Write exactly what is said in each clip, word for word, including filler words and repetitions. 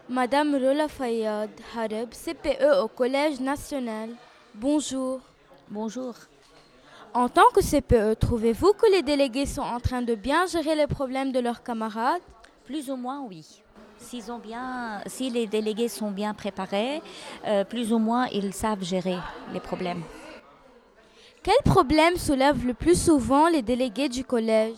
Madame Rola Fayad Hareb, C P E au Collège national. Bonjour. Bonjour. En tant que C P E, trouvez-vous que les délégués sont en train de bien gérer les problèmes de leurs camarades? Plus ou moins, oui. S'ils ont bien, si les délégués sont bien préparés, euh, plus ou moins, ils savent gérer les problèmes. Quels problèmes soulèvent le plus souvent les délégués du collège?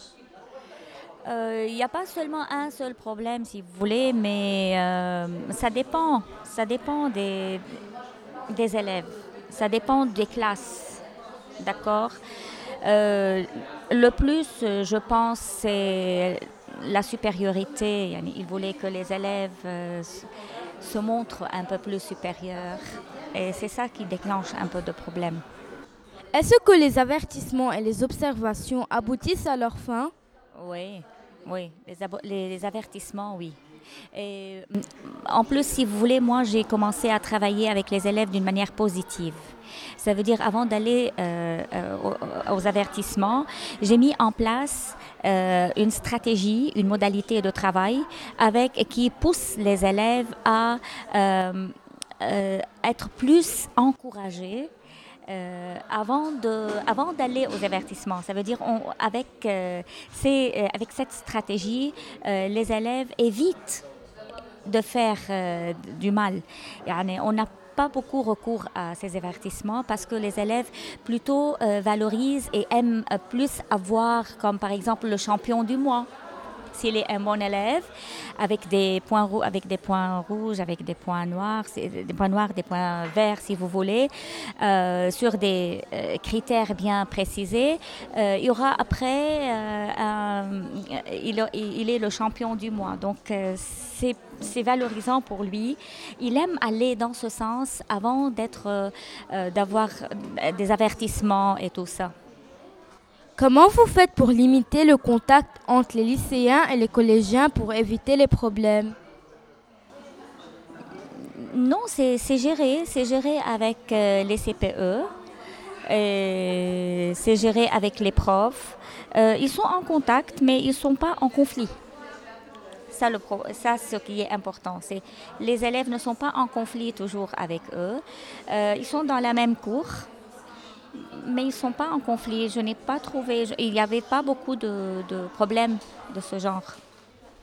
Il n'y a pas seulement un seul problème, si vous voulez, mais euh, ça dépend. Ça dépend des, des élèves. Ça dépend des classes. D'accord. Euh, le plus, euh, je pense, c'est la supériorité. Yani, il voulait que les élèves euh, s- se montrent un peu plus supérieurs. Et c'est ça qui déclenche un peu de problèmes. Est-ce que les avertissements et les observations aboutissent à leur fin? Oui, oui, les, abo- les- les avertissements, oui. Et, mm, en plus, si vous voulez, moi, j'ai commencé à travailler avec les élèves d'une manière positive. Ça veut dire, avant d'aller euh, euh, aux, aux avertissements, j'ai mis en place euh, une stratégie, une modalité de travail avec, qui pousse les élèves à euh, euh, être plus encouragés euh, avant de, avant d'aller aux avertissements. Ça veut dire on, avec, euh, ces, euh, avec cette stratégie, euh, les élèves évitent de faire euh, du mal. Yani, on n'a pas beaucoup recours à ces avertissements parce que les élèves plutôt euh, valorisent et aiment euh, plus avoir comme par exemple le champion du mois s'il est un bon élève, avec des points, rou- avec des points rouges, avec des points noirs, c'est- des points noirs, des points verts, si vous voulez, euh, sur des euh, critères bien précisés, euh, il y aura après, euh, un- il, il est le champion du mois. Donc, euh, c'est c'est valorisant pour lui. Il aime aller dans ce sens avant d'être, euh, euh, d'avoir des avertissements et tout ça. Comment vous faites pour limiter le contact entre les lycéens et les collégiens pour éviter les problèmes? Non, c'est c'est géré, c'est géré avec euh, les C P E, et c'est géré avec les profs. Euh, ils sont en contact, mais ils ne sont pas en conflit. Ça, le pro- ça, ce qui est important, c'est les élèves ne sont pas en conflit toujours avec eux. Euh, ils sont dans la même cour, mais ils ne sont pas en conflit. Je n'ai pas trouvé, je- il n'y avait pas beaucoup de, de problèmes de ce genre.